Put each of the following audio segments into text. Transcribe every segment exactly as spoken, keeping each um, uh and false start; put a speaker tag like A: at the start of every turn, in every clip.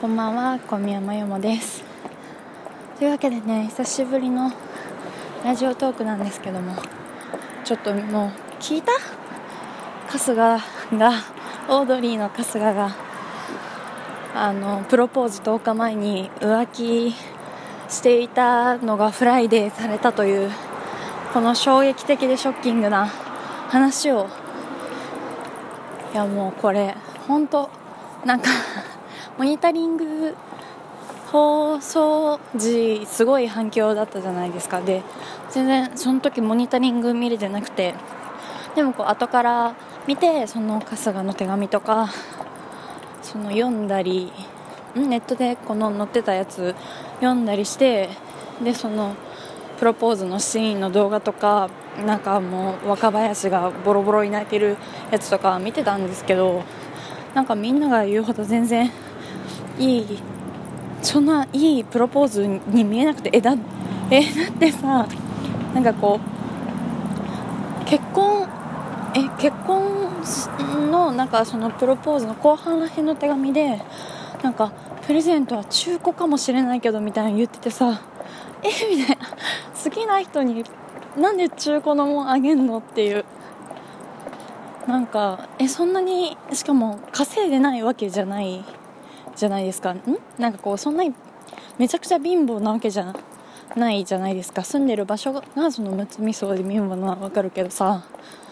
A: こんばんは、小宮山よもです。というわけでね、久しぶりのラジオトークなんですけども、ちょっともう聞いた？春日がオードリーの春日があのプロポーズとおかまえに浮気していたのがフライデーされたという、この衝撃的でショッキングな話を、いやもうこれ本当なんかモニタリング放送時すごい反響だったじゃないですか。で全然その時モニタリング見れてなくて、でもこう後から見て、その春日の手紙とかその読んだり、ネットでこの載ってたやつ読んだりして、でそのプロポーズのシーンの動画とか、なんかもう若林がボロボロに泣いてるやつとか見てたんですけど、なんかみんなが言うほど全然いい、そんないいプロポーズに見えなくて、えだえだってさ、なんかこう結婚え結婚のなんかそのプロポーズの後半らへんの手紙で、なんかプレゼントは中古かもしれないけどみたいな言っててさ、えみたいな、好きな人になんで中古のもんあげんのっていう、なんかえそんなにしかも稼いでないわけじゃないじゃないですか。んなんかこうそんなにめちゃくちゃ貧乏なわけじゃないじゃないですか。住んでる場所がそのむつみ荘で貧乏なのはわかるけどさ、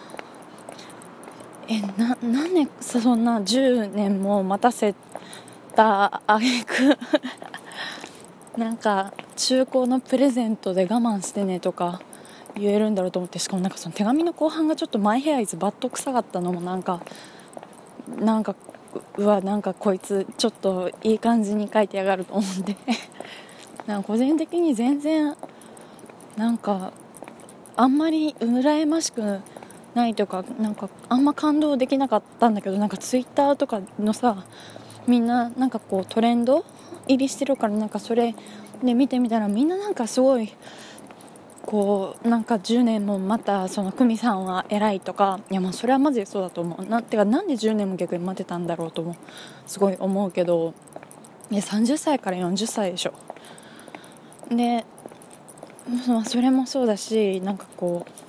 A: えななんでそんなじゅうねんも待たせたあげくなんか中古のプレゼントで我慢してねとか言えるんだろうと思って、しかもなんかその手紙の後半がちょっとマイヘアイズバット臭かったのもなんかなんかうわなんかこいつちょっといい感じに書いてやがると思ってなんか個人的に全然なんかあんまり羨ましくないとか、なんかあんま感動できなかったんだけど、なんかツイッターとかのさ、みんななんかこうトレンド入りしてるから、なんかそれで見てみたらみんななんかすごいこうなんかじゅうねんもまたその久美さんは偉いとか、いやまあそれはマジでそうだと思うな。てかなんでじゅうねんも逆に待ってたんだろうともすごい思うけど、いやさんじゅっさいからよんじゅっさいでしょ。で、まあ、それもそうだし、なんかこう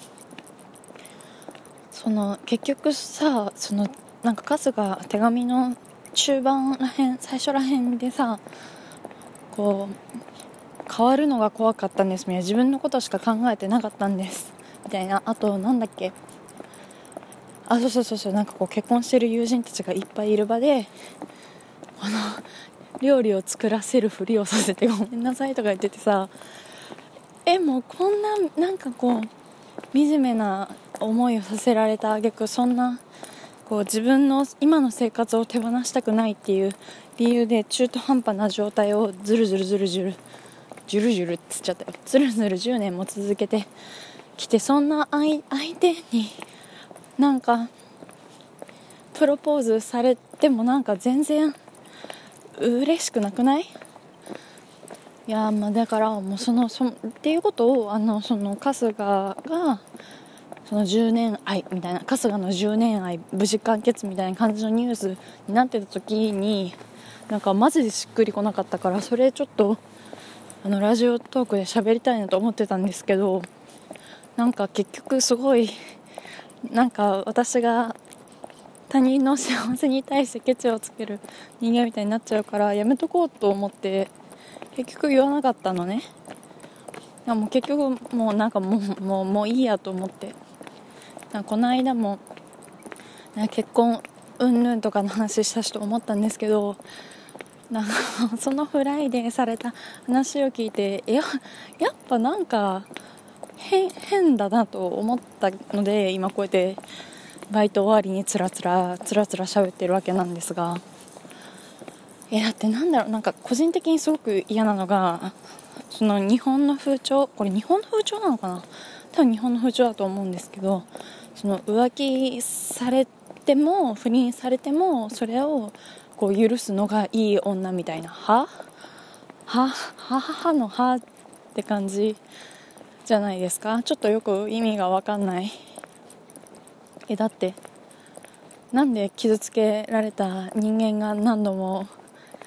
A: その結局さ、そのなんか春日手紙の中盤らへん最初らへんでさ、こう変わるのが怖かったんですみたいな、自分のことしか考えてなかったんですみたいな、あとなんだっけ、あそうそうそうそう、なんかこう結婚してる友人たちがいっぱいいる場でこの料理を作らせるふりをさせてごめんなさいとか言っててさ、えもうこんななんかこう惨めな思いをさせられた挙句、そんなこう自分の今の生活を手放したくないっていう理由で中途半端な状態をずるずるずるずるジュルジュルって言っちゃったよ、ずるずるじゅうねんも続けてきて、そんな相手になんかプロポーズされてもなんか全然嬉しくなくない？いやまあだからもうそのそっていうことをあのその春日がそのじゅうねん愛みたいな、春日のじゅうねん愛無事完結みたいな感じのニュースになってた時に、なんかマジでしっくりこなかったから、それちょっとあのラジオトークで喋りたいなと思ってたんですけど、なんか結局すごいなんか私が他人の幸せに対してケチをつける人間みたいになっちゃうからやめとこうと思って結局言わなかったのね。でも結局もうなんかもうもうもういいやと思って、なんかこの間もなんか結婚うんぬんとかの話したしと思ったんですけど、なんかそのフライデーされた話を聞いて、いややっぱなんか変変だなと思ったので、今こうやってバイト終わりにつらつらつらつら喋ってるわけなんですが、いやだってなんだろう、なんか個人的にすごく嫌なのが、その日本の風潮、これ日本の風潮なのかな、多分日本の風潮だと思うんですけど、その浮気されても不倫されてもそれをこう許すのがいい女みたいな、ははははのはって感じじゃないですか。ちょっとよく意味が分かんない。えだってなんで傷つけられた人間が何度も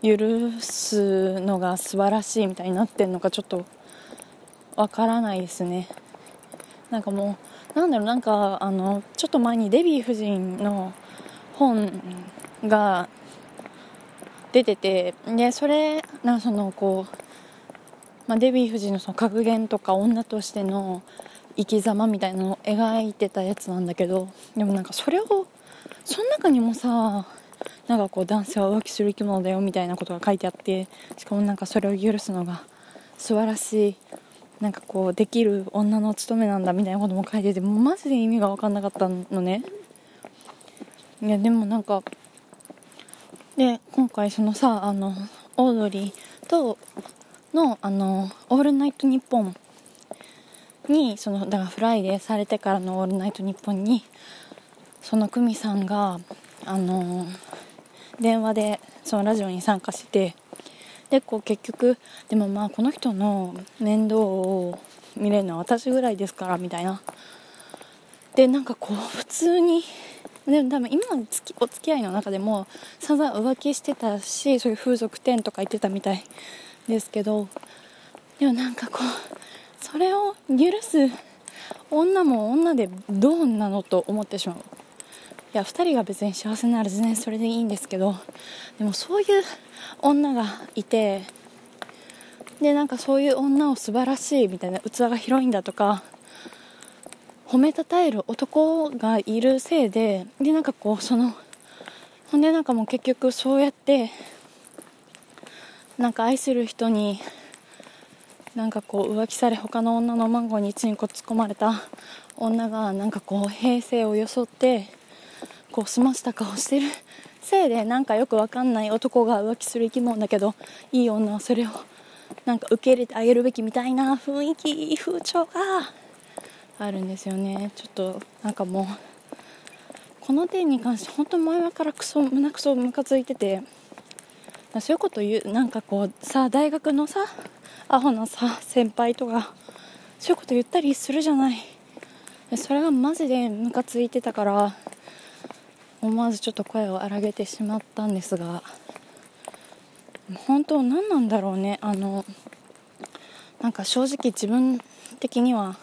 A: 許すのが素晴らしいみたいになってんのかちょっとわからないですね。なんかもうなんだろう、なんかあのちょっと前にデヴィ夫人の本が出てて、でそれなんかそのこう、まあ、デヴィ夫人のその格言とか女としての生き様みたいなのを描いてたやつなんだけど、でもなんかそれをその中にもさ、なんかこう男性は浮気する生き物だよみたいなことが書いてあって、しかもなんかそれを許すのが素晴らしい、なんかこうできる女の務めなんだみたいなことも書いてて、もうマジで意味が分かんなかったのね。いやでもなんかで今回そのさ、あのオードリーとのあのオールナイトニッポンに、そのだからフライデーされてからのオールナイトニッポンにその久美さんがあの電話でそのラジオに参加して、でこう結局でもまあこの人の面倒を見れるのは私ぐらいですからみたいな、でなんかこう普通にでも多分今のつきお付き合いの中でも散々浮気してたし、そういう風俗店とか言ってたみたいですけど、でもなんかこうそれを許す女も女でどうなのと思ってしまう。いやふたりが別に幸せなら全然それでいいんですけど、でもそういう女がいて、でなんかそういう女を素晴らしいみたいな、器が広いんだとか褒めたたえる男がいるせいで、でなんかこうそのほんでなんかもう結局そうやってなんか愛する人になんかこう浮気され、他の女のマンゴーにチンコ突っ込まれた女がなんかこう平静を装ってこう澄ました顔してるせいで、なんかよくわかんない男が浮気する生き物だけど、いい女はそれをなんか受け入れてあげるべきみたいな雰囲気風潮があるんですよね。ちょっとなんかもうこの点に関して本当に前からクソ胸クソムカついてて、そういうこと言うなんかこうさ、大学のさアホなさ先輩とかそういうこと言ったりするじゃない。それがマジでムカついてたから思わずちょっと声を荒げてしまったんですが、本当何なんだろうね。あのなんか正直自分的には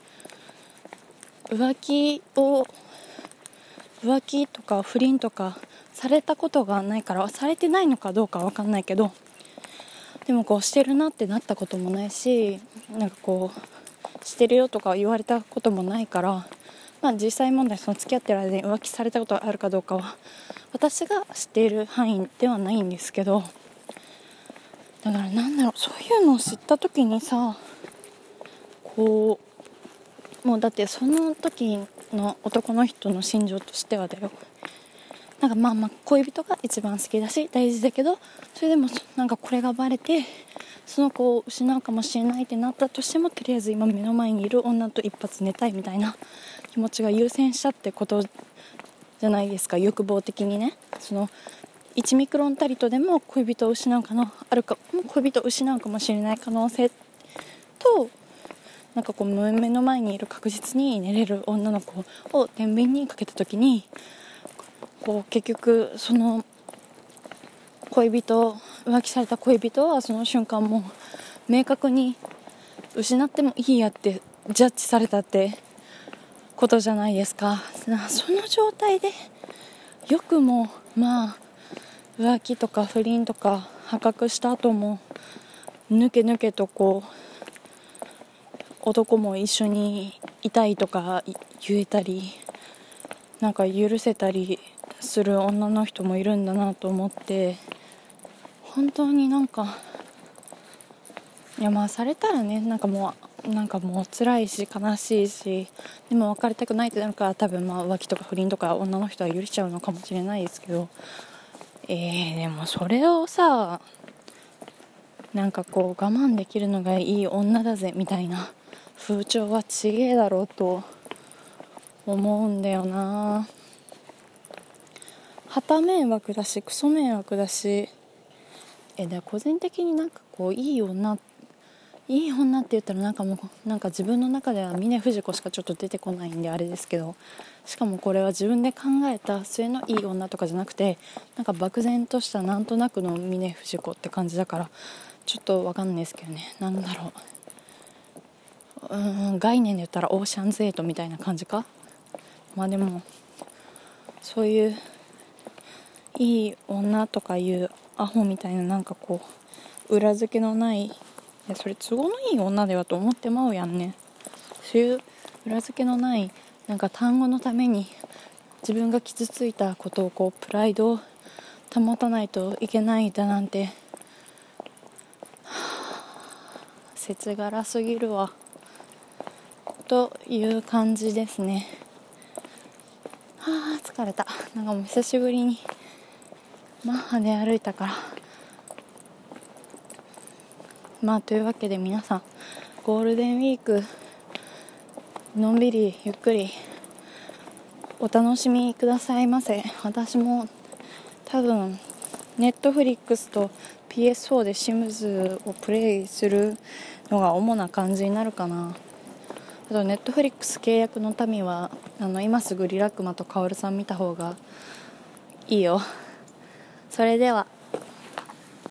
A: 浮気を浮気とか不倫とかされたことがないから、されてないのかどうかわかんないけど、でもこうしてるなってなったこともないし、なんかこうしてるよとか言われたこともないから、まあ実際問題その付き合ってる間に浮気されたことがあるかどうかは私が知っている範囲ではないんですけど、だからなんだろう、そういうのを知った時にさ、こうもうだってその時の男の人の心情としてはだよ、なんかまあまあ恋人が一番好きだし大事だけど、それでもなんかこれがバレてその子を失うかもしれないってなったとしても、とりあえず今目の前にいる女と一発寝たいみたいな気持ちが優先したってことじゃないですか。欲望的にね、そのいちミクロンたりとでも恋人を失うかのあるか恋人を失うかもしれない可能性と、なんかこう目の前にいる確実に寝れる女の子を天秤にかけた時に、こう結局その恋人浮気された恋人はその瞬間もう明確に失ってもいいやってジャッジされたってことじゃないですか。その状態でよくもまあ浮気とか不倫とか破格した後もぬけぬけとこう男も一緒にいたいとか言えたり、なんか許せたりする女の人もいるんだなと思って、本当になんかいやまあされたらね、なんかもうなんかもう辛いし悲しいし、でも別れたくないってなるから、多分まあ浮気とか不倫とか女の人は許しちゃうのかもしれないですけど、えー、でもそれをさ、なんかこう我慢できるのがいい女だぜみたいな風潮はちげえだろうと思うんだよな。旗迷惑だしクソ迷惑だし、えで個人的になんかこういい女いい女って言ったらなんかもうなんか自分の中では峰不二子しかちょっと出てこないんであれですけど、しかもこれは自分で考えた末のいい女とかじゃなくて、なんか漠然としたなんとなくの峰不二子って感じだから、ちょっとわかんないですけどね。なんだろう、うーん概念で言ったらオーシャンズエイトみたいな感じか。まあでもそういういい女とかいうアホみたいな、なんかこう裏付けのない、いやそれ都合のいい女ではと思ってまうやんね。そういう裏付けのないなんか単語のために自分が傷ついたことをこうプライドを保たないといけないだなんて、世知辛すぎるわという感じですね。はあ疲れた。なんかもう久しぶりにマッハで歩いたから。まあというわけで皆さんゴールデンウィークのんびりゆっくりお楽しみくださいませ。私も多分ネットフリックスと ピーエスフォー でシムズをプレイするのが主な感じになるかな。あとネットフリックス契約の民はあの今すぐリラックマとカオルさん見た方がいいよ。それでは。